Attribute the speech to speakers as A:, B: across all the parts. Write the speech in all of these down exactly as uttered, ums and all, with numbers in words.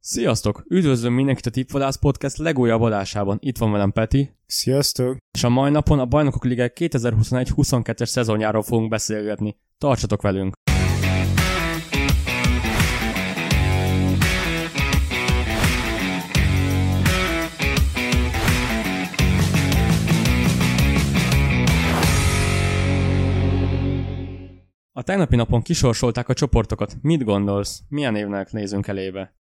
A: Sziasztok! Üdvözlöm mindenkit a Tippvadász Podcast legújabb adásában. Itt van velem Peti.
B: Sziasztok!
A: És a mai napon a Bajnokok Ligája kétezer-huszonegy huszonkettes szezonjáról fogunk beszélgetni. Tartsatok velünk! A tegnapi napon kisorsolták a csoportokat. Mit gondolsz? Milyen évnek nézünk elébe?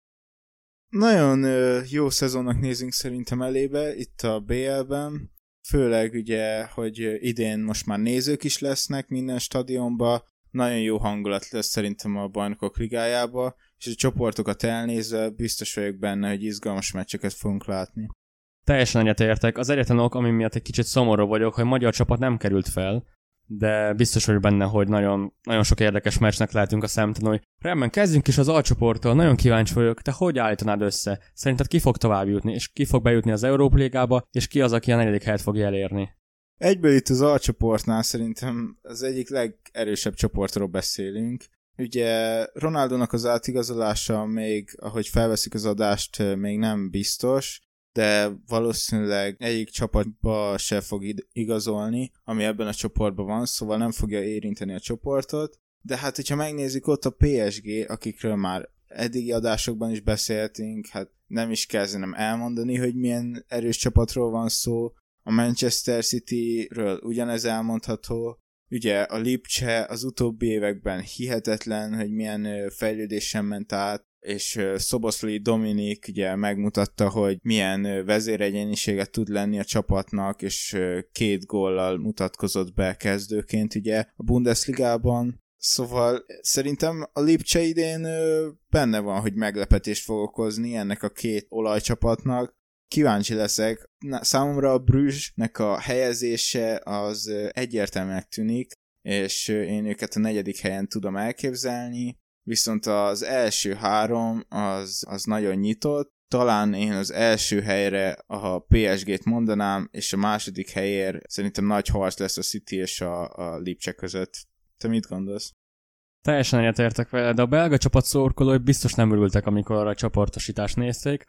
B: Nagyon ö, jó szezonnak nézünk szerintem elébe itt a bé el-ben. Főleg ugye, hogy idén most már nézők is lesznek minden stadionba. Nagyon jó hangulat lesz szerintem a Bajnokok Ligájába, és a csoportokat elnézve biztos vagyok benne, hogy izgalmas meccseket fogunk látni.
A: Teljesen egyetértek. Az egyetlen ok, ami miatt egy kicsit szomorú vagyok, hogy magyar csapat nem került fel, de biztos vagyok benne, hogy nagyon, nagyon sok érdekes meccsnek lehetünk a szemtanúi. Rendben, kezdjünk is az alcsoporttól, nagyon kíváncsi vagyok, te hogy állítanád össze? Szerinted ki fog tovább jutni, és ki fog bejutni az Európa Ligába, és ki az, aki a negyedik helyet fogja elérni?
B: Egyből itt az alcsoportnál szerintem az egyik legerősebb csoportról beszélünk. Ugye Ronaldónak az átigazolása még, ahogy felveszik az adást, még nem biztos, de valószínűleg egyik csapatba se fog igazolni, ami ebben a csoportban van, szóval nem fogja érinteni a csoportot. De hát, hogyha megnézzük ott a pé es gé, akikről már eddigi adásokban is beszéltünk, hát nem is kezdenem elmondani, hogy milyen erős csapatról van szó. A Manchester Cityről ugyanez elmondható. Ugye a Lipcse az utóbbi években hihetetlen, hogy milyen fejlődésen ment át, és Szoboszlai Dominik ugye megmutatta, hogy milyen vezéregyéniséget tud lenni a csapatnak, és két góllal mutatkozott be kezdőként ugye a Bundesligában. Szóval szerintem a Lipcse idén benne van, hogy meglepetést fog okozni ennek a két olajcsapatnak. Kíváncsi leszek. Számomra a Brugesnek a helyezése az egyértelműnek tűnik, és én őket a negyedik helyen tudom elképzelni. Viszont az első három az, az nagyon nyitott. Talán én az első helyre a pé es gét mondanám, és a második helyért szerintem nagy harc lesz a City és a, a Lipcse között. Te mit gondolsz?
A: Teljesen egyetértek vele, de a belga csapat szurkolói biztos nem örültek, amikor a csoportosítást nézték.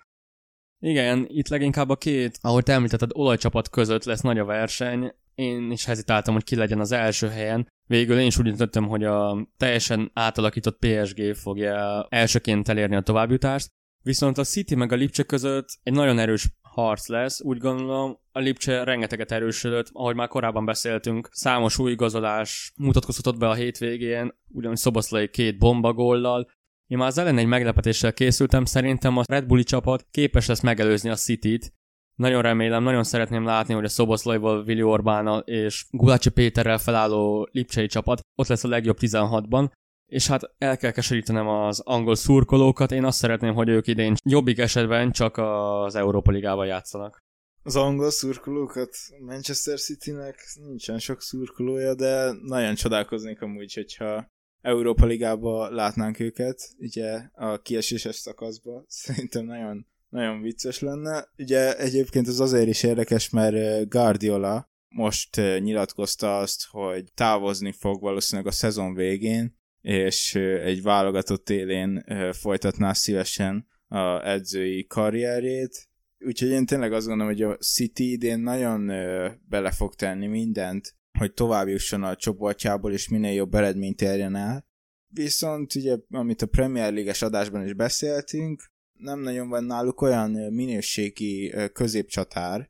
A: Igen, itt leginkább a két, ahogy te említetted, olajcsapat között lesz nagy a verseny. Én is hezitáltam, hogy ki legyen az első helyen. Végül én is úgy döntöttem, hogy a teljesen átalakított pé es gé fogja elsőként elérni a továbbjutást. Viszont a City meg a Lipcse között egy nagyon erős harc lesz. Úgy gondolom, a Lipcse rengeteget erősödött, ahogy már korábban beszéltünk. Számos új igazolás mutatkozhatott be a hétvégén, ugyanis Szoboszlai két bombagóllal. Én már az ellen egy meglepetéssel készültem, szerintem a Red Bulli csapat képes lesz megelőzni a Cityt. Nagyon remélem, nagyon szeretném látni, hogy a Szoboszlaival, Vili Orbánnal és Gulácsi Péterrel felálló lipcsei csapat ott lesz a legjobb tizenhatban, és hát el kell keserítenem az angol szurkolókat, én azt szeretném, hogy ők idén jobbik esetben csak az Európa Ligában játszanak.
B: Az angol szurkolókat Manchester Citynek nincsen sok szurkolója, de nagyon csodálkoznék amúgy, hogyha Európa Ligába látnánk őket, ugye a kieséses szakaszba. Szerintem nagyon, nagyon vicces lenne. Ugye egyébként ez azért is érdekes, mert Guardiola most nyilatkozta azt, hogy távozni fog valószínűleg a szezon végén, és egy válogatott élén folytatná szívesen a edzői karrierjét. Úgyhogy én tényleg azt gondolom, hogy a City idén nagyon bele fog tenni mindent, hogy tovább jusson a csoportjából, és minél jobb eredményt érjen el. Viszont ugye, amit a Premier League-es adásban is beszéltünk, nem nagyon van náluk olyan minőségi középcsatár,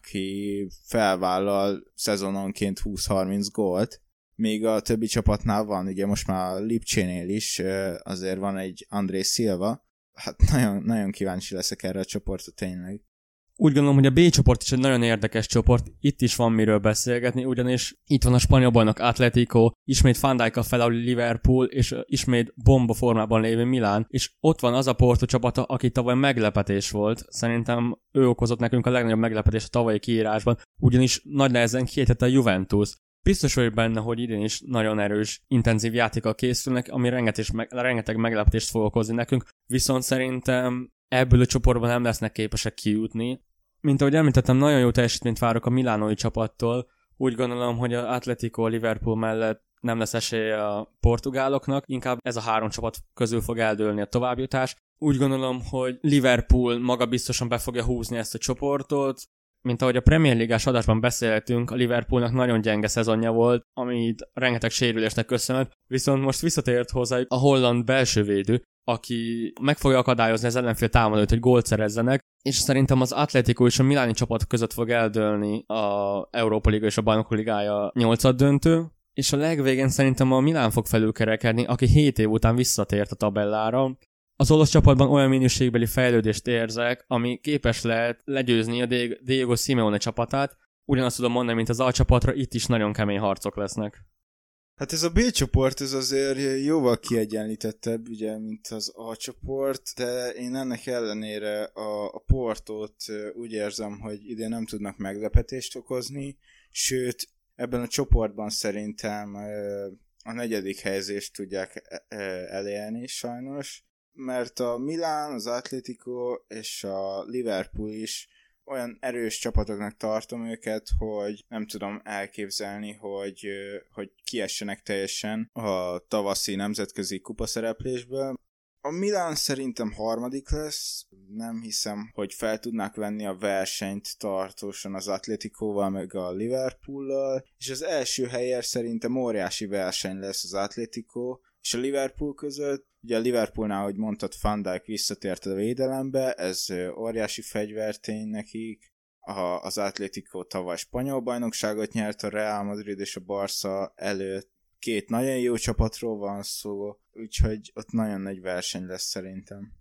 B: aki felvállal szezononként húsz-harminc gólt, míg a többi csapatnál van, ugye most már a Lipcsénél is azért van egy André Silva. Hát nagyon, nagyon kíváncsi leszek erre a csoportra tényleg.
A: Úgy gondolom, hogy a B csoport is egy nagyon érdekes csoport, itt is van miről beszélgetni, ugyanis itt van a spanyol bajnok Atletico, ismét Van Dijkkal felálló Liverpool, és ismét bomba formában lévő Milán, és ott van az a Porto csapata, aki tavaly meglepetés volt. Szerintem ő okozott nekünk a legnagyobb meglepetést a tavalyi kiírásban, ugyanis nagy nehezen kiejtette a Juventus. Biztos vagyok benne, hogy idén is nagyon erős, intenzív játékkal készülnek, ami rengeteg, rengeteg meglepetést fog okozni nekünk, viszont szerintem ebből a csoportban nem lesznek képesek kijutni. Mint ahogy említettem, nagyon jó teljesítményt várok a milánói csapattól. Úgy gondolom, hogy az Atletico, Liverpool mellett nem lesz esélye a portugáloknak, inkább ez a három csapat közül fog eldőlni a továbbjutás. Úgy gondolom, hogy Liverpool maga biztosan be fogja húzni ezt a csoportot. Mint ahogy a Premier Ligás adásban beszéltünk, a Liverpoolnak nagyon gyenge szezonja volt, amit rengeteg sérülésnek köszönhet, viszont most visszatért hozzá a holland belső védő, aki meg fogja akadályozni az ellenfél támadót, hogy gólt szerezzenek, és szerintem az Atletico és a Miláni csapat között fog eldőlni a Európa Liga és a Bajnokok Ligája nyolcad döntő, és a legvégén szerintem a Milán fog felülkerekedni, aki hét év után visszatért a tabellára. Az olasz csapatban olyan minőségbeli fejlődést érzek, ami képes lehet legyőzni a Diego Simeone csapatát. Ugyanazt tudom mondani, mint az A csapatra, itt is nagyon kemény harcok lesznek.
B: Hát ez a B csoport, ez azért jóval kiegyenlítettebb, ugye, mint az A csoport, de én ennek ellenére a, a Portót úgy érzem, hogy idén nem tudnak meglepetést okozni, sőt, ebben a csoportban szerintem a negyedik helyezést tudják elérni sajnos, mert a Milán, az Atletico és a Liverpool is olyan erős csapatoknak tartom őket, hogy nem tudom elképzelni, hogy, hogy kiessenek teljesen a tavaszi nemzetközi kupaszereplésből. A Milán szerintem harmadik lesz, nem hiszem, hogy fel tudnák venni a versenyt tartósan az Atleticóval meg a Liverpoollal, és az első helyért szerintem óriási verseny lesz az Atletico és a Liverpool között. Ugye a Liverpoolnál, ahogy mondtad, Van Dijk visszatért a védelembe, ez óriási fegyvertény nekik. A, az Atletico tavaly spanyol bajnokságot nyert a Real Madrid és a Barca előtt. Két nagyon jó csapatról van szó, úgyhogy ott nagyon nagy verseny lesz szerintem.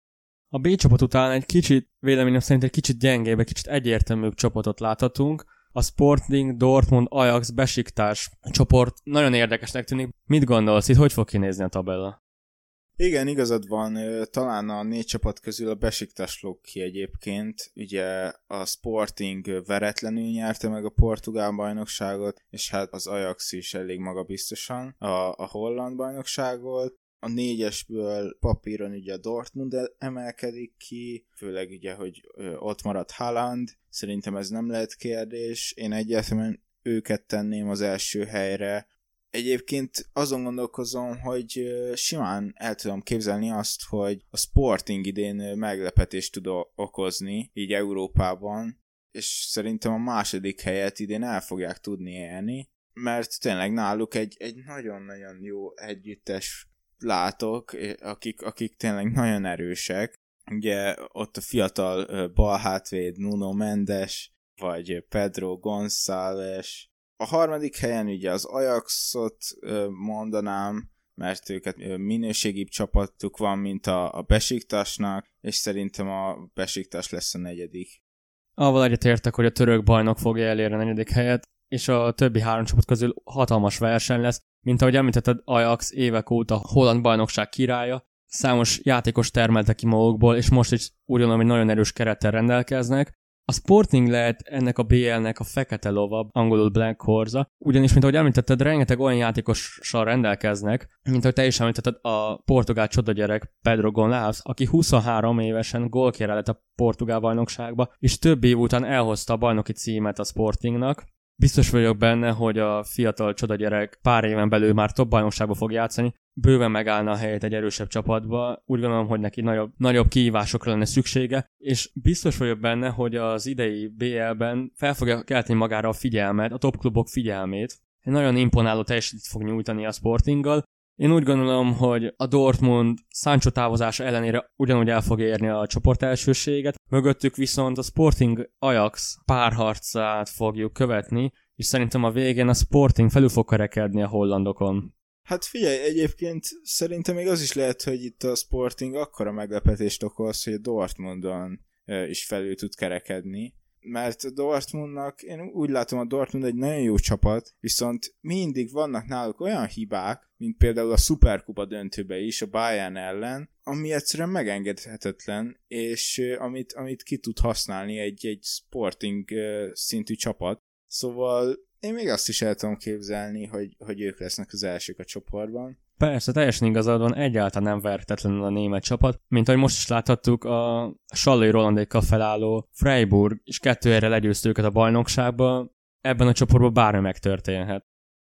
A: A B csapat után egy kicsit, véleményem szerint egy kicsit gyengébb, egy kicsit egyértelműbb csapatot láthatunk. A Sporting, Dortmund, Ajax, Besiktas csoport nagyon érdekesnek tűnik. Mit gondolsz itt, hogy fog kinézni a tabella?
B: Igen, igazad van, talán a négy csapat közül a Besiktas lóg ki egyébként. Ugye a Sporting veretlenül nyerte meg a portugál bajnokságot, és hát az Ajax is elég magabiztosan a, a holland bajnokságot. A négyesből papíron ugye a Dortmund emelkedik ki, főleg ugye, hogy ott maradt Haaland. Szerintem ez nem lehet kérdés. Én egyáltalán őket tenném az első helyre. Egyébként azon gondolkozom, hogy simán el tudom képzelni azt, hogy a Sporting idén meglepetést tud okozni, így Európában, és szerintem a második helyet idén el fogják tudni élni, mert tényleg náluk egy, egy nagyon-nagyon jó együttes látok, akik, akik tényleg nagyon erősek. Ugye ott a fiatal balhátvéd Nuno Mendes, vagy Pedro González. A harmadik helyen ugye az Ajaxot mondanám, mert őket minőségibb csapatuk van, mint a, a Besiktasnak, és szerintem a Besiktas lesz a negyedik.
A: Avval egyetértek, hogy a török bajnok fogja elérni a negyedik helyet, és a többi három csapat közül hatalmas verseny lesz, mint ahogy említetted, Ajax évek óta holland bajnokság királya, számos játékos termeltek ki magukból, és most is úgy gondolom, hogy nagyon erős kerettel rendelkeznek. A Sporting lehet ennek a bé el-nek a fekete lova, angolul Black Horse, ugyanis, mint ahogy említetted, rengeteg olyan játékossal rendelkeznek, mint ahogy te is említetted, a portugál csodagyerek Pedro Gonçalves, aki huszonhárom évesen gólkére lett a portugál bajnokságba, és több év után elhozta a bajnoki címet a Sportingnak. Biztos vagyok benne, hogy a fiatal csodagyerek pár éven belül már top bajnokságba fog játszani, bőven megállna a helyét egy erősebb csapatba. Úgy gondolom, hogy neki nagyobb, nagyobb kihívásokra lenne szüksége, és biztos vagyok benne, hogy az idei bé el-ben fel fogja kelteni magára a figyelmet, a top klubok figyelmét. Egy nagyon imponáló teljesítményt fog nyújtani a Sportinggal. Én úgy gondolom, hogy a Dortmund Sancho távozása ellenére ugyanúgy el fog érni a csoport elsőséget, mögöttük viszont a Sporting Ajax párharcát fogjuk követni, és szerintem a végén a Sporting felül fog kerekedni a hollandokon.
B: Hát figyelj, egyébként szerintem még az is lehet, hogy itt a Sporting akkora meglepetést okoz, hogy a Dortmundon is felül tud kerekedni. Mert a Dortmundnak, én úgy látom, a Dortmund egy nagyon jó csapat, viszont mindig vannak náluk olyan hibák, mint például a Superkupa döntőbe is, a Bayern ellen, ami egyszerűen megengedhetetlen, és amit, amit ki tud használni egy, egy Sporting szintű csapat. Szóval én még azt is el tudom képzelni, hogy, hogy ők lesznek az elsők a csoportban.
A: Persze, teljesen igazad van, egyáltalán nem verhetetlenül a német csapat. Mint ahogy most is láthattuk, a Sallai Rolandékkal felálló Freiburg is kettő helyre legyőzte őket a bajnokságba, ebben a csoportban bármi megtörténhet.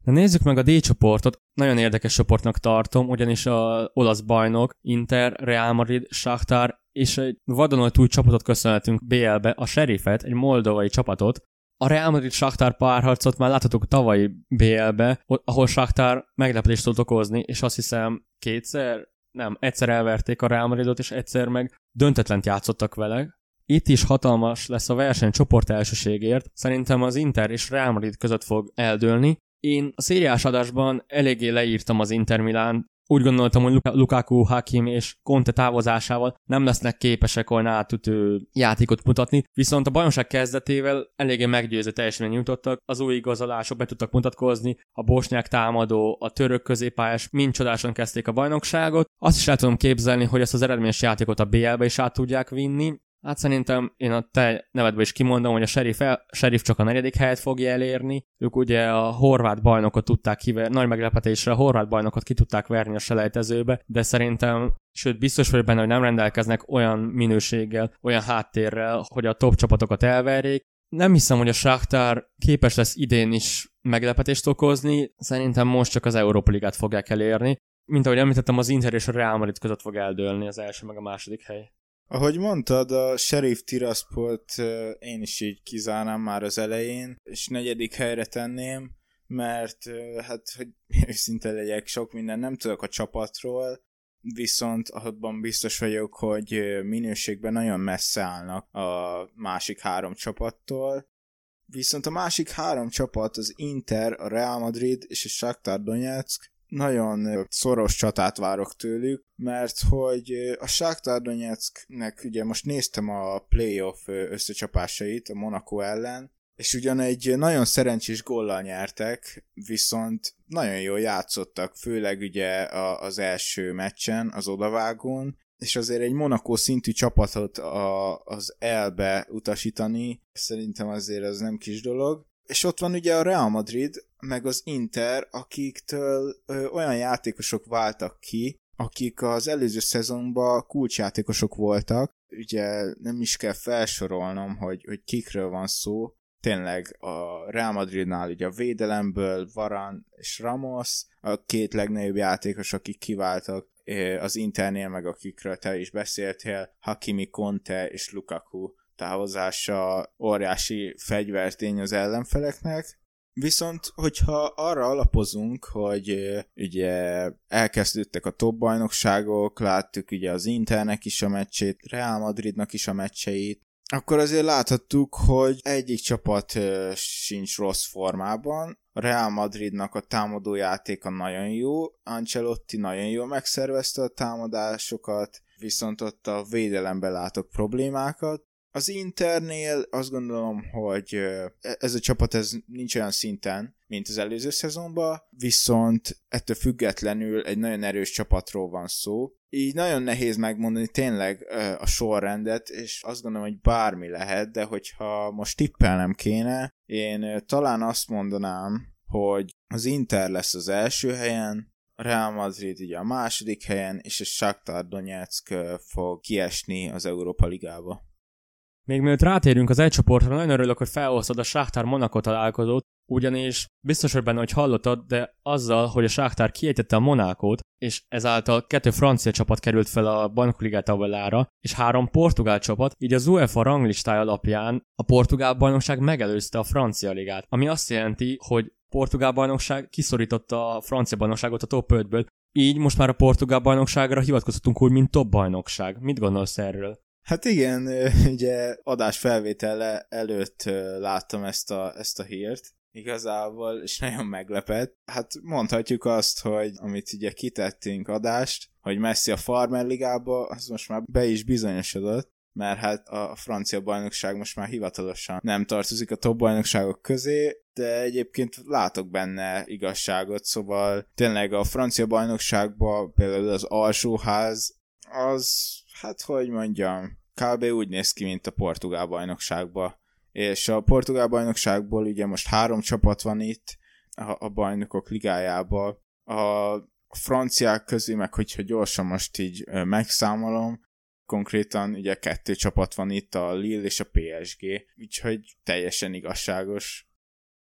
A: De nézzük meg a D csoportot, nagyon érdekes csoportnak tartom, ugyanis az olasz bajnok, Inter, Real Madrid, Shakhtar és egy vadonoltúj új csapatot köszönhetünk bé el-be, a Sheriffet, egy moldovai csapatot. A Real Madrid-Shakhtar párharcot már láthatók tavalyi bé el-be, ahol Shakhtar meglepetést tudott okozni, és azt hiszem kétszer, nem, egyszer elverték a Real Madridot, és egyszer meg döntetlent játszottak vele. Itt is hatalmas lesz a verseny csoport elsőségért, szerintem az Inter és Real Madrid között fog eldőlni. Én a szériás adásban eléggé leírtam az Inter Milánt, úgy gondoltam, hogy Lukaku, Hakimi és Conte távozásával nem lesznek képesek olyan átütő játékot mutatni, viszont a bajnokság kezdetével eléggé meggyőző teljesítményt nyújtottak, az új igazolások be tudtak mutatkozni, a bosnyák támadó, a török középpályás mind csodásan kezdték a bajnokságot. Azt is el tudom képzelni, hogy ezt az eredményes játékot a bé el-be is át tudják vinni. Hát szerintem én a te nevedből is kimondom, hogy a Sheriff, el, Sheriff csak a negyedik helyet fogja elérni. Ők ugye a horvát bajnokot tudták kiverni, nagy meglepetésre a horvát bajnokot ki tudták verni a selejtezőbe, de szerintem, sőt biztos vagyok benne, hogy nem rendelkeznek olyan minőséggel, olyan háttérrel, hogy a top csapatokat elverjék. Nem hiszem, hogy a Shakhtar képes lesz idén is meglepetést okozni, szerintem most csak az Európa Ligát fogják elérni. Mint ahogy említettem, az Inter és a Real Madrid között fog eldőlni az első meg a második hely.
B: Ahogy mondtad, a Sheriff Tiraspol-t én is így kizárnám már az elején, és negyedik helyre tenném, mert hát, hogy őszinte legyek, sok minden nem tudok a csapatról, viszont abban biztos vagyok, hogy minőségben nagyon messze állnak a másik három csapattól. Viszont a másik három csapat, az Inter, a Real Madrid és a Shakhtar Donetsk, nagyon szoros csatát várok tőlük, mert hogy a Shakhtar Donetsknek ugye most néztem a playoff összecsapásait a Monaco ellen, és ugyan egy nagyon szerencsés góllal nyertek, viszont nagyon jól játszottak, főleg ugye az első meccsen, az odavágón, és azért egy Monaco szintű csapatot a, az elbe utasítani, szerintem azért az nem kis dolog. És ott van ugye a Real Madrid, meg az Inter, akiktől ö, olyan játékosok váltak ki, akik az előző szezonban kulcsjátékosok voltak. Ugye nem is kell felsorolnom, hogy, hogy kikről van szó. Tényleg a Real Madridnál ugye a védelemből Varane és Ramos, a két legnagyobb játékos, akik kiváltak, az Internél meg akikről te is beszéltél, Hakimi, Conte és Lukaku távozása óriási fegyvertény az ellenfeleknek. Viszont, hogyha arra alapozunk, hogy ugye elkezdődtek a top bajnokságok, láttuk ugye az Internek is a meccsét, Real Madridnak is a meccseit, akkor azért láthattuk, hogy egyik csapat sincs rossz formában. A Real Madridnak a támadójátéka nagyon jó, Ancelotti nagyon jól megszervezte a támadásokat, viszont ott a védelemben látok problémákat. Az Internél azt gondolom, hogy ez a csapat ez nincs olyan szinten, mint az előző szezonban, viszont ettől függetlenül egy nagyon erős csapatról van szó. Így nagyon nehéz megmondani tényleg a sorrendet, és azt gondolom, hogy bármi lehet, de hogyha most tippelnem kéne, én talán azt mondanám, hogy az Inter lesz az első helyen, a Real Madrid ugye a második helyen, és a Shakhtar Donetsk fog kiesni az Európa Ligába.
A: Még mielőtt rátérünk az egy csoportra, nagyon örülök, hogy felhoztad a Shakhtar Monaco találkozót, ugyanis biztos vagy benne, hogy hallottad, de azzal, hogy a Shakhtar kiejtette a Monacót, és ezáltal kettő francia csapat került fel a Bajnokligá tabellára, és három portugál csapat, így az UEFA ranglistája alapján a portugál bajnokság megelőzte a francia ligát, ami azt jelenti, hogy portugál bajnokság kiszorította a francia bajnokságot a top ötből, így most már a portugál bajnokságra hivatkozhatunk úgy, mint top bajnokság. Mit gondolsz erről?
B: Hát igen, ugye adás felvétele előtt láttam ezt a, ezt a hírt igazából, és nagyon meglepett. Hát mondhatjuk azt, hogy amit ugye kitettünk adást, hogy Messi a Farmer Ligába, az most már be is bizonyosodott, mert hát a francia bajnokság most már hivatalosan nem tartozik a top bajnokságok közé, de egyébként látok benne igazságot, szóval tényleg a francia bajnokságban például az alsóház, az, hát hogy mondjam, kb. Úgy néz ki, mint a portugál bajnokságban. És a portugál bajnokságból ugye most három csapat van itt a, a bajnokok ligájában. A franciák közül meg, hogyha gyorsan most így megszámolom, konkrétan ugye kettő csapat van itt, a Lille és a pé es gé, úgyhogy teljesen igazságos.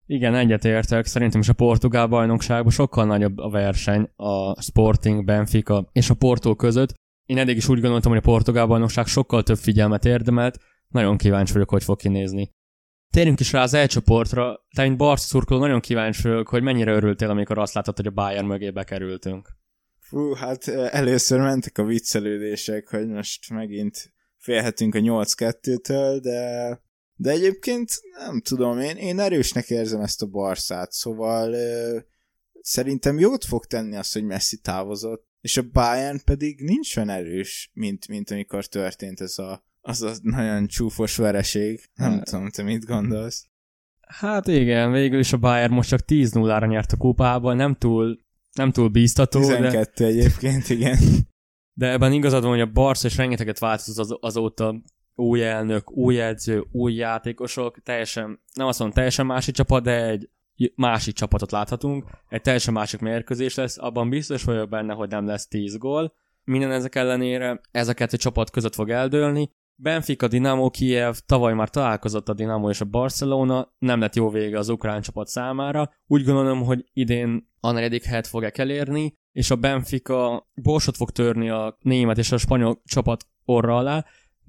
A: Igen, egyetértek. Szerintem is a portugál bajnokságban sokkal nagyobb a verseny a Sporting, Benfica és a Porto között. Én eddig is úgy gondoltam, hogy a portugál bajnokság sokkal több figyelmet érdemelt. Nagyon kíváncsi vagyok, hogy fog kinézni. Térjünk is rá az E csoportra. Te, mint Barca szurkoló, nagyon kíváncsi vagyok, hogy mennyire örültél, amikor azt láttad, hogy a Bayern mögé bekerültünk.
B: Fú, hát először mentek a viccelődések, hogy most megint félhetünk a nyolc kettőtől, de, de egyébként nem tudom, én, én erősnek érzem ezt a Barszát, szóval ö, szerintem jót fog tenni az, hogy Messi távozott, és a Bayern pedig nincs olyan erős, mint, mint amikor történt ez a, az a nagyon csúfos vereség. Nem hát, tudom, te mit gondolsz?
A: Hát igen, végül is a Bayern most csak tíz nullára nyert a kupában, nem túl, nem túl bíztató.
B: tizenkettő de... egyébként, igen.
A: De ebben igazad van, hogy a Barca is rengeteget változott az, azóta, új elnök, új edző, új játékosok, teljesen, nem azt mondom, teljesen másik csapat, de egy másik csapatot láthatunk, egy teljesen másik mérkőzés lesz, abban biztos vagyok benne, hogy nem lesz tíz gól. Minden ezek ellenére ezeket a csapat között fog eldőlni. Benfica, Dinamo Kiev, tavaly már találkozott a Dinamo és a Barcelona, nem lett jó vége az ukrán csapat számára. Úgy gondolom, hogy idén a negyedik helyet fogják elérni, és a Benfica borsot fog törni a német és a spanyol csapat orra alá,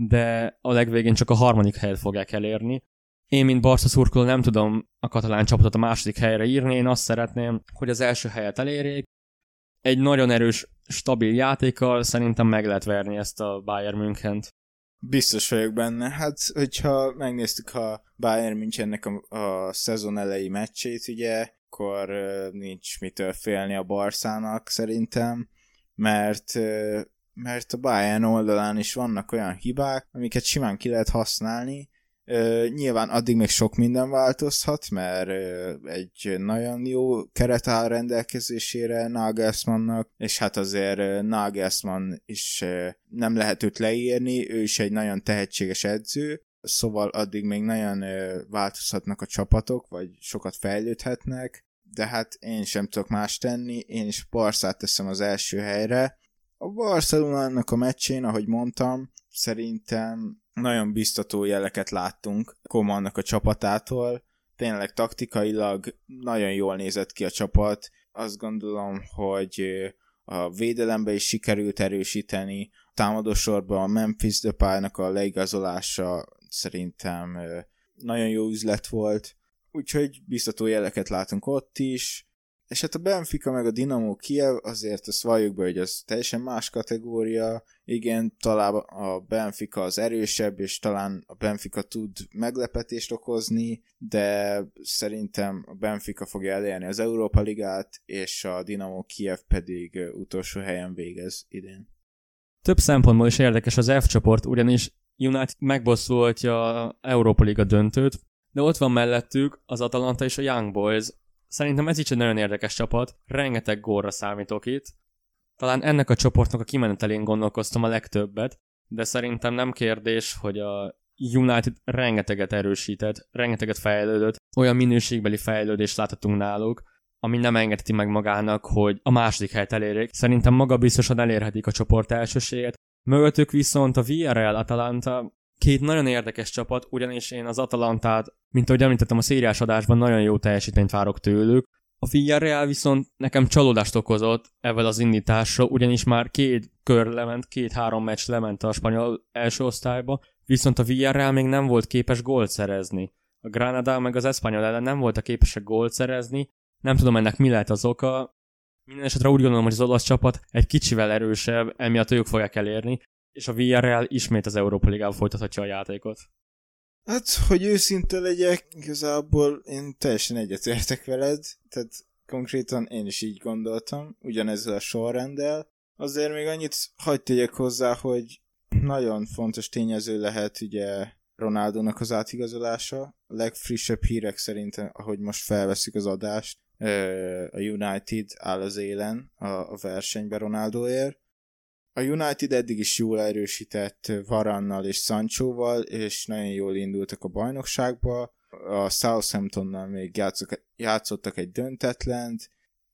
A: de a legvégén csak a harmadik helyet fogják elérni. Én, mint Barca szurkoló, nem tudom a katalán csapatot a második helyre írni, én azt szeretném, hogy az első helyet elérjék. Egy nagyon erős, stabil játékkal szerintem meg lehet verni ezt a Bayern Münchent.
B: Biztos vagyok benne. Hát, hogyha megnéztük a Bayern Münchennek a, a szezon elejé meccsét, ugye, akkor uh, nincs mitől félni a Barszának szerintem, mert, uh, mert a Bayern oldalán is vannak olyan hibák, amiket simán ki lehet használni. Uh, nyilván addig még sok minden változhat, mert uh, egy nagyon jó keret áll rendelkezésére Nagelsmannnak, és hát azért uh, Nagelsmann is uh, nem lehet őt leírni, ő is egy nagyon tehetséges edző, szóval addig még nagyon uh, változhatnak a csapatok, vagy sokat fejlődhetnek, de hát én sem tudok más tenni, én is Barszát teszem az első helyre. A Barcelonának a meccsén, ahogy mondtam, szerintem nagyon biztató jeleket láttunk Koemannak a csapatától. Tényleg taktikailag nagyon jól nézett ki a csapat. Azt gondolom, hogy a védelembe is sikerült erősíteni. A támadósorban a Memphis Depay-nak a leigazolása szerintem nagyon jó üzlet volt. Úgyhogy biztató jeleket látunk ott is. És hát a Benfica meg a Dinamo Kiev, azért azt valljuk be, hogy az teljesen más kategória. Igen, talán a Benfica az erősebb, és talán a Benfica tud meglepetést okozni, de szerintem a Benfica fogja elérni az Európa Ligát, és a Dinamo Kiev pedig utolsó helyen végez idén.
A: Több szempontból is érdekes az F csoport, ugyanis United megbosszultja az Európa Liga döntőt, de ott van mellettük az Atalanta és a Young Boys. Szerintem ez is egy nagyon érdekes csapat, rengeteg gólra számítok itt. Talán ennek a csoportnak a kimenetelén gondolkoztam a legtöbbet, de szerintem nem kérdés, hogy a United rengeteget erősített, rengeteget fejlődött, olyan minőségbeli fejlődést láthatunk náluk, ami nem engedheti meg magának, hogy a második helyet elérjék. Szerintem maga biztosan elérhetik a csoport elsőséget. Mögöttük viszont a Villarreal, Atalanta, két nagyon érdekes csapat, ugyanis én az Atalantát, mint ahogy említettem a szériás adásban, nagyon jó teljesítményt várok tőlük. A Villarreal viszont nekem csalódást okozott ezzel az indításra, ugyanis már két kör lement, két-három meccs lement a spanyol első osztályba, viszont a Villarreal még nem volt képes gólt szerezni. A Granada meg az Espanyol ellen nem voltak képesek gólt szerezni, nem tudom ennek mi lehet az oka. Minden esetre úgy gondolom, hogy az olasz csapat egy kicsivel erősebb, emiatt ők fogják elérni, és a Villarreal ismét az Európa Ligában folytathatja a játékot.
B: Hát, hogy őszinte legyek, igazából én teljesen egyetértek veled, tehát konkrétan én is így gondoltam, ugyanezzel a sorrenddel. Azért még annyit hagyd tegyek hozzá, hogy nagyon fontos tényező lehet ugye Ronaldónak az átigazolása. A legfrissebb hírek szerint, ahogy most felveszik az adást, a United áll az élen a versenyben Ronaldóért. A United eddig is jól erősített Varannal és Sanchóval, és nagyon jól indultak a bajnokságba. A Southamptonnal még játszok, játszottak egy döntetlent,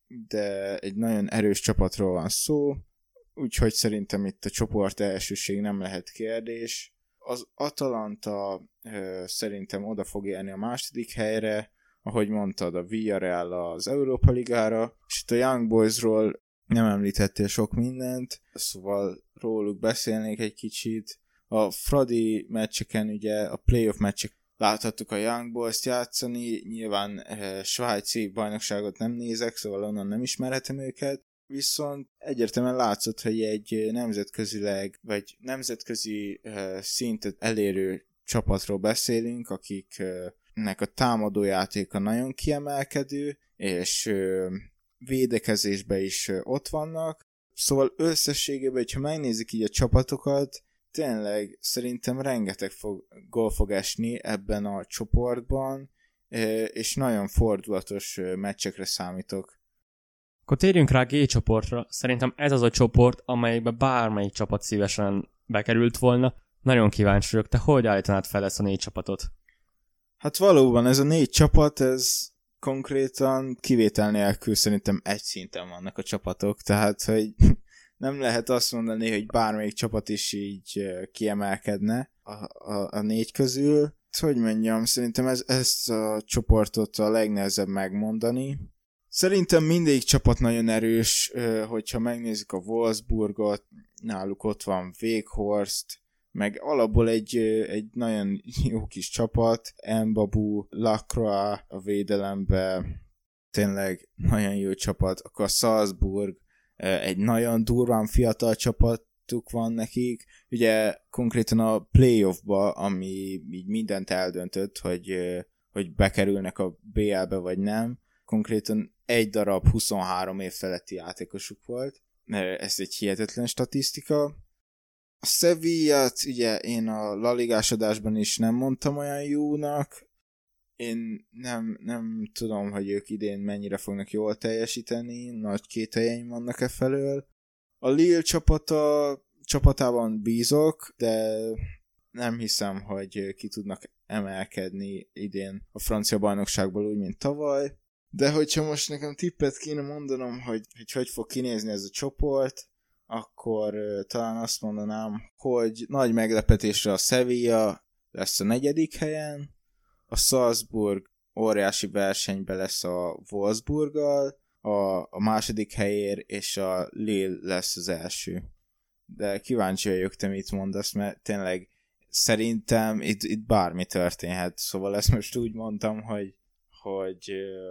B: de egy nagyon erős csapatról van szó, úgyhogy szerintem itt a csoport elsőség nem lehet kérdés. Az Atalanta ö, szerintem oda fog érni a második helyre, ahogy mondtad, a Villarreal az Európa Ligára, és itt a Young Boysról nem említettél sok mindent, szóval róluk beszélnék egy kicsit. A Fradi meccseken, ugye a playoff meccsek láthattuk a Young Boys-t játszani, nyilván e, svájci bajnokságot nem nézek, szóval onnan nem ismerhetem őket, viszont egyértelműen látszott, hogy egy nemzetközileg, vagy nemzetközi e, szintet elérő csapatról beszélünk, akiknek a támadójátéka nagyon kiemelkedő, és e, védekezésben is e, ott vannak. Szóval összességében, hogyha megnézik így a csapatokat, tényleg szerintem rengeteg fog, gól fog esni ebben a csoportban, és nagyon fordulatos meccsekre számítok.
A: Akkor térjünk rá a G csoportra. Szerintem ez az a csoport, amelyikbe bármelyik csapat szívesen bekerült volna. Nagyon kíváncsi vagyok, te hogy állítanád fel ezt a négy csapatot?
B: Hát valóban ez a négy csapat, ez konkrétan kivétel nélkül szerintem egy szinten vannak a csapatok, tehát hogy nem lehet azt mondani, hogy bármelyik csapat is így kiemelkedne a, a, a négy közül. Hogy mondjam, szerintem ez, ezt a csoportot a legnehezebb megmondani. Szerintem mindegyik csapat nagyon erős, hogyha megnézzük a Wolfsburgot, náluk ott van Weghorst, meg alapból egy, egy nagyon jó kis csapat, Mbabu, Lacroix a védelembe, tényleg nagyon jó csapat, akkor a Salzburg, egy nagyon durván fiatal csapatuk van nekik, ugye konkrétan a playoffba, ami így mindent eldöntött, hogy, hogy bekerülnek a bé el-be vagy nem, konkrétan egy darab huszonhárom év feletti játékosuk volt, ez egy hihetetlen statisztika. A Sevillát ugye én a La Ligás adásban is nem mondtam olyan jónak, én nem, nem tudom, hogy ők idén mennyire fognak jól teljesíteni, nagy kételjeim vannak e felől. A Lille csapata, csapatában bízok, de nem hiszem, hogy ki tudnak emelkedni idén a francia bajnokságból úgy, mint tavaly. De hogyha most nekem tippet kéne mondanom, hogy hogy, hogy fog kinézni ez a csoport, akkor uh, talán azt mondanám, hogy nagy meglepetésre a Sevilla lesz a negyedik helyen, a Salzburg óriási versenyben lesz a Wolfsburggal, a, a második helyér, és a Lille lesz az első. De kíváncsi vagyok, te mit mondasz, mert tényleg szerintem itt, itt bármi történhet. Szóval ezt most úgy mondtam, hogy, hogy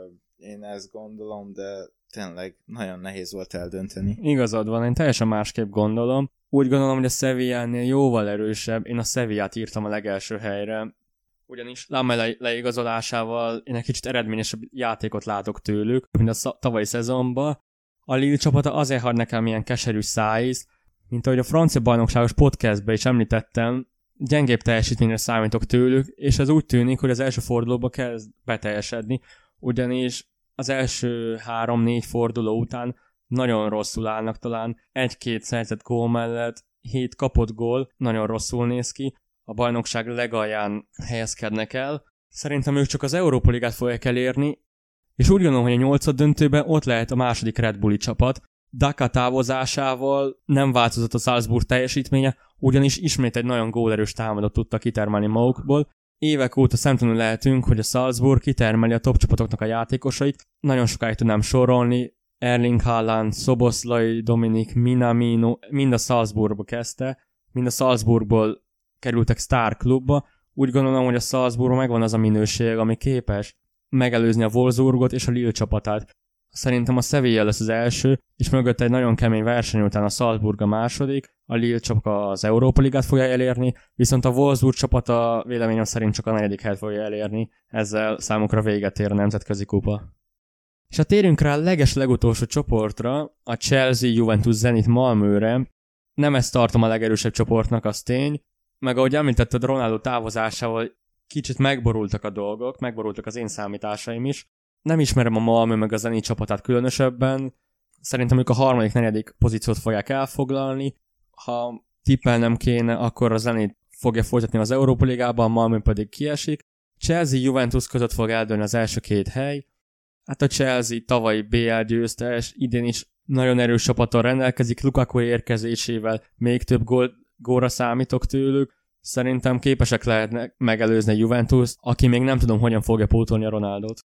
B: én ezt gondolom, de tényleg nagyon nehéz volt eldönteni.
A: Igazad van, én teljesen másképp gondolom. Úgy gondolom, hogy a Sevillánél jóval erősebb. Én a Sevillát írtam a legelső helyre, ugyanis Lamela leigazolásával én egy kicsit eredményesebb játékot látok tőlük, mint a tavalyi szezonban. A Lille csapata azért hagy nekem ilyen keserű szájízt, mint ahogy a francia bajnokságos podcastben is említettem, gyengébb teljesítményre számítok tőlük, és ez úgy tűnik, hogy az első fordulóba kezd beteljesedni, ugyanis az első három-négy forduló után nagyon rosszul állnak, talán egy-két szerzett gól mellett, hét kapott gól, nagyon rosszul néz ki, a bajnokság legalján helyezkednek el. Szerintem ők csak az Európa Ligát fogják elérni, és úgy gondolom, hogy a nyolcad döntőben ott lehet a második Red Bulli csapat. Daka távozásával nem változott a Salzburg teljesítménye, ugyanis ismét egy nagyon gólerős támadót tudtak kitermelni magukból. Évek óta szemtanúi lehetünk, hogy a Salzburg kitermeli a top csapatoknak a játékosait. Nagyon sokáig tudnám sorolni. Erling Haaland, Szoboszlai, Dominik, Minamino, mind a Salzburgba kezdte, mind a Salzburgból kerültek Star klubba. Úgy gondolom, hogy a Salzburgban megvan az a minőség, ami képes megelőzni a Wolfsburgot és a Lille csapatát. Szerintem a Sevilla lesz az első, és mögött egy nagyon kemény verseny után a Salzburg a második, a Lille csak az Európa Ligát fogja elérni, viszont a Wolfsburg csapata véleményem szerint csak a negyedik helyet fogja elérni, ezzel számukra véget ér a nemzetközi kupa. És ha térjünk rá a leges legutolsó csoportra, a Chelsea, Juventus, Zenit, Malmöre, nem ezt tartom a legerősebb csoportnak, az tény, meg ahogy említetted, Ronaldo távozásával kicsit megborultak a dolgok, megborultak az én számításaim is. Nem ismerem a Malmö meg a Zenit csapatát különösebben, szerintem ők a harmadik, negyedik pozíciót fogják elfoglalni. Ha tippelnem kéne, akkor a Zenit fogja folytatni az Európa Ligában, a Malmö pedig kiesik. Chelsea, Juventus között fog eldőlni az első két hely. Hát a Chelsea tavalyi bé el győztes, idén is nagyon erős csapattal rendelkezik, Lukaku érkezésével még több gól, gólra számítok tőlük. Szerintem képesek lehetnek megelőzni a Juventus, aki még nem tudom, hogyan fogja pótolni a Ronaldot.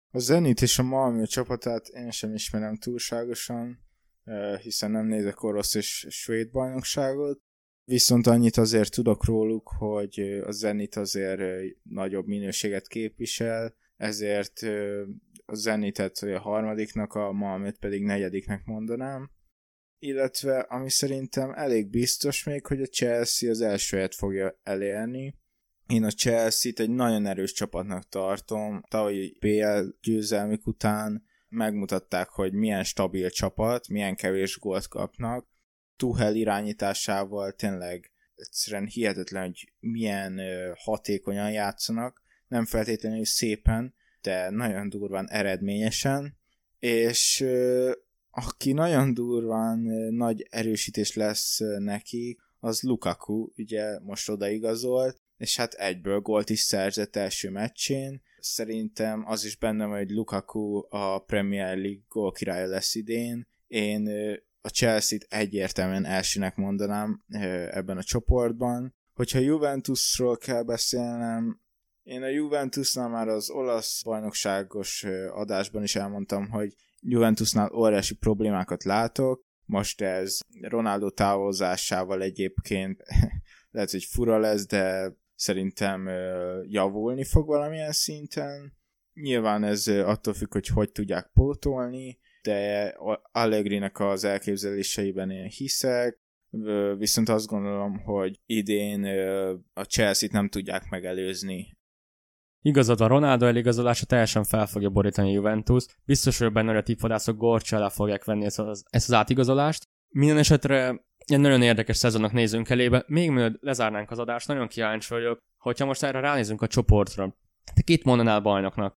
B: A Zenit és a Malmö csapatát én sem ismerem túlságosan, hiszen nem nézek orosz és svéd bajnokságot, viszont annyit azért tudok róluk, hogy a Zenit azért nagyobb minőséget képvisel, ezért a Zenitet a harmadiknak, a Malmöt pedig negyediknek mondanám. Illetve, ami szerintem elég biztos még, hogy a Chelsea az első helyet fogja elérni. Én a Chelsea-t egy nagyon erős csapatnak tartom. Tavalyi bé el győzelmük után megmutatták, hogy milyen stabil csapat, milyen kevés gólt kapnak. Tuchel irányításával tényleg egyszerűen hihetetlen, hogy milyen hatékonyan játszanak. Nem feltétlenül szépen, de nagyon durván eredményesen. És aki nagyon durván nagy erősítés lesz neki, az Lukaku, ugye most odaigazolt, és hát egyből gólt is szerzett első meccsén. Szerintem az is benne van, hogy Lukaku a Premier League gólkirálya lesz idén. Én a Chelsea-t egyértelműen elsőnek mondanám ebben a csoportban. Hogyha Juventusról kell beszélnem, én a Juventusnál már az olasz bajnokságos adásban is elmondtam, hogy Juventusnál óriási problémákat látok. Most ez Ronaldo távozásával egyébként lehet, hogy fura lesz, de szerintem javulni fog valamilyen szinten. Nyilván ez attól függ, hogy hogy tudják pótolni, de Allegrinek az elképzeléseiben én hiszek, viszont azt gondolom, hogy idén a Chelsea-t nem tudják megelőzni.
A: Igazad van, Ronaldo eligazolása teljesen fel fogja borítani a Juventus. Biztos vagyok benne, hogy a tippvadászok gorcső alá fogják venni ezt az, ezt az átigazolást. Minden esetre egy nagyon érdekes szezonnak nézünk elébe. Még mielőtt lezárnánk az adást, nagyon kíváncsi vagyok, hogyha most erre ránézünk a csoportra. Te kit mondanál bajnoknak?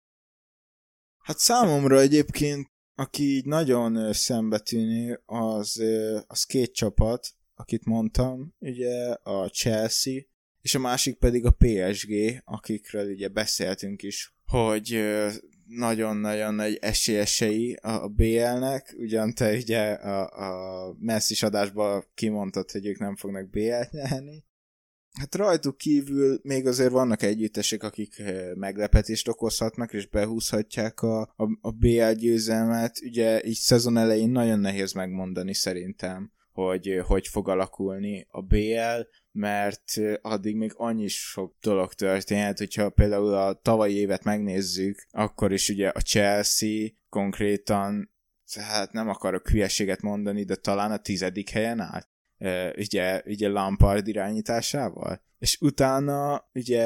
B: Hát számomra egyébként, aki így nagyon szembetűnő, az, az két csapat, akit mondtam, ugye a Chelsea, és a másik pedig a pé es gé, akikről ugye beszéltünk is, hogy nagyon-nagyon nagy esélyesei a bé el-nek, ugyan te ugye a, a messzis adásban kimondtad, hogy ők nem fognak bé el-t nyerni. Hát rajtuk kívül még azért vannak együttesek, akik meglepetést okozhatnak, és behúzhatják a, a, a bé el győzelmet. Ugye így szezon elején nagyon nehéz megmondani szerintem, hogy hogy fog alakulni a bé el, mert addig még annyi sok dolog történhet, hogyha például a tavalyi évet megnézzük, akkor is ugye a Chelsea konkrétan, hát nem akarok hülyeséget mondani, de talán a tizedik helyen állt, e, ugye, ugye Lampard irányításával, és utána ugye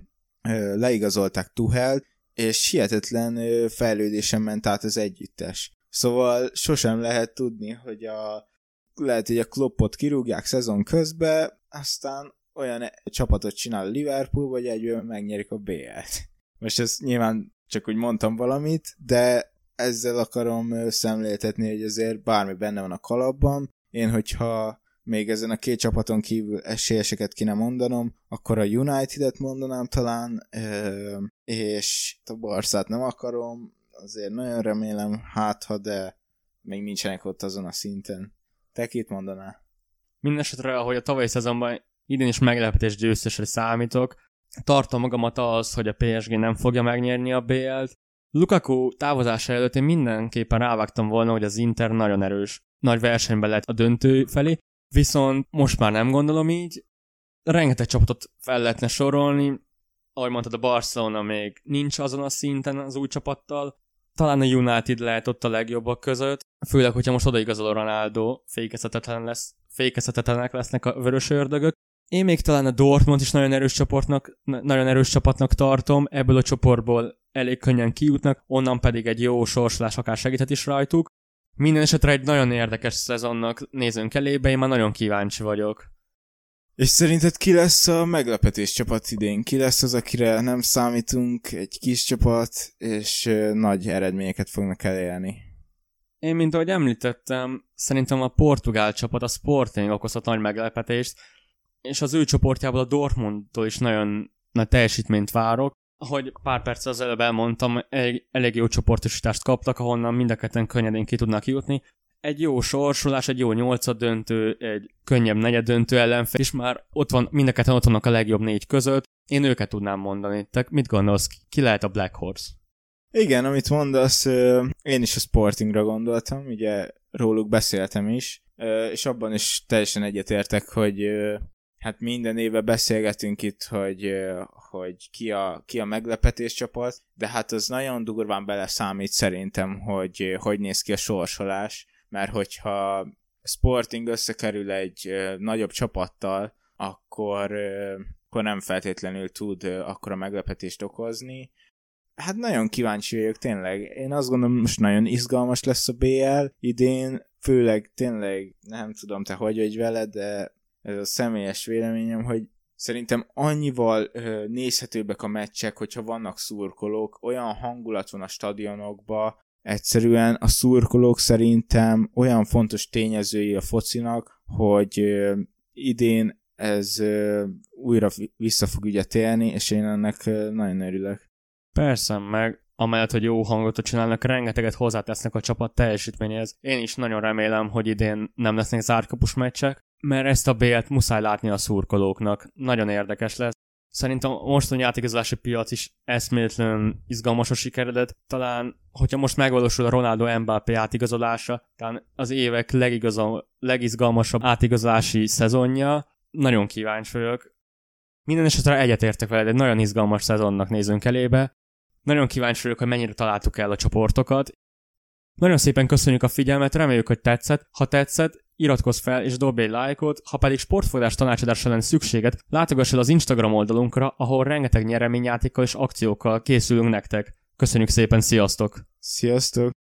B: e, leigazolták Tuchelt, és hihetetlen fejlődésen ment át az együttes. Szóval sosem lehet tudni, hogy a lehet, hogy a Kloppot kirúgják szezon közben, aztán olyan csapatot csinál a Liverpool, vagy egyből megnyerik a bé el-t. Most ezt nyilván csak úgy mondtam valamit, de ezzel akarom szemléltetni, hogy azért bármi benne van a kalapban. Én, hogyha még ezen a két csapaton kívül esélyeseket kéne mondanom, akkor a United-et mondanám talán, és a Barszát nem akarom, azért nagyon remélem, hát ha, de még nincsenek ott azon a szinten. Te kit mondanál?
A: Mindenesetre, ahogy a tavalyi szezonban idén is meglepetés győztesre számítok, tartom magamat az, hogy a pé es gé nem fogja megnyerni a bé el-t. Lukaku távozása előtt én mindenképpen rávágtam volna, hogy az Inter nagyon erős, nagy versenyben lett a döntő felé, viszont most már nem gondolom így. Rengeteg csapatot fel lehetne sorolni, ahogy mondtad, a Barcelona még nincs azon a szinten az új csapattal, talán a United lehet ott a legjobbak között, főleg, hogyha most odaigazol a Ronaldo, fékezhetetlen lesz, fékezhetetlenek lesznek a vörös ördögök. Én még talán a Dortmund is nagyon erős csapatnak, nagyon erős csapatnak tartom, ebből a csoportból elég könnyen kijutnak, onnan pedig egy jó sorsolás akár segíthet is rajtuk. Minden esetre egy nagyon érdekes szezonnak nézünk elébe, én már nagyon kíváncsi vagyok.
B: És szerinted ki lesz a meglepetés csapat idén? Ki lesz az, akire nem számítunk, egy kis csapat, és nagy eredményeket fognak elérni?
A: Én, mint ahogy említettem, szerintem a portugál csapat, a Sporting okozhat nagy meglepetést, és az ő csoportjából a Dortmundtól is nagyon nagy teljesítményt várok. Ahogy pár perc az előbb elmondtam, elég, elég jó csoportosítást kaptak, ahonnan mind a ketten könnyedén ki tudnak jutni. Egy jó sorsolás, egy jó nyolcad döntő, egy könnyebb negyed döntő ellenfél, és már ott van, mind a ketten ott vannak a legjobb négy között. Én őket tudnám mondani. Te mit gondolsz, ki lehet a Black Horse?
B: Igen, amit mondasz, én is a Sportingra gondoltam, ugye róluk beszéltem is, és abban is teljesen egyetértek, hogy hát minden éve beszélgetünk itt, hogy, hogy ki, a, ki a meglepetés csapat, de hát az nagyon durván beleszámít szerintem, hogy hogy néz ki a sorsolás, mert hogyha Sporting összekerül egy nagyobb csapattal, akkor, akkor nem feltétlenül tud akkora meglepetést okozni. Hát nagyon kíváncsi vagyok, tényleg. Én azt gondolom, most nagyon izgalmas lesz a bé el idén, főleg tényleg, nem tudom te hogy vagy vele, de ez a személyes véleményem, hogy szerintem annyival ö, nézhetőbbek a meccsek, hogyha vannak szurkolók, olyan hangulat van a stadionokba, egyszerűen a szurkolók szerintem olyan fontos tényezői a focinak, hogy ö, idén ez ö, újra vissza fog ugye térni, és én ennek ö, nagyon örülök.
A: Persze, meg amellett, hogy jó hangot csinálnak, rengeteget hozzátesznek a csapat teljesítményéhez. Én is nagyon remélem, hogy idén nem lesznek zártkapus meccsek, mert ezt a bé el-t muszáj látni a szurkolóknak. Nagyon érdekes lesz. Szerintem a mostani átigazolási piac is eszméletlenül izgalmasra sikeredett. Talán, hogyha most megvalósul a Ronaldo-Mbappé átigazolása, talán az évek legigazol, legizgalmasabb átigazolási szezonja. Nagyon kíváncsi vagyok. Minden esetre egyetértek veled, egy nagyon izgalmas szezonnak nézünk elébe. Nagyon kíváncsi vagyok, hogy mennyire találtuk el a csoportokat. Nagyon szépen köszönjük a figyelmet, reméljük, hogy tetszett. Ha tetszett, iratkozz fel és dobj egy lájkot, ha pedig sportfogadás tanácsadásra lenne szükséged, látogass el az Instagram oldalunkra, ahol rengeteg nyereményjátékkal és akciókkal készülünk nektek. Köszönjük szépen, sziasztok!
B: Sziasztok!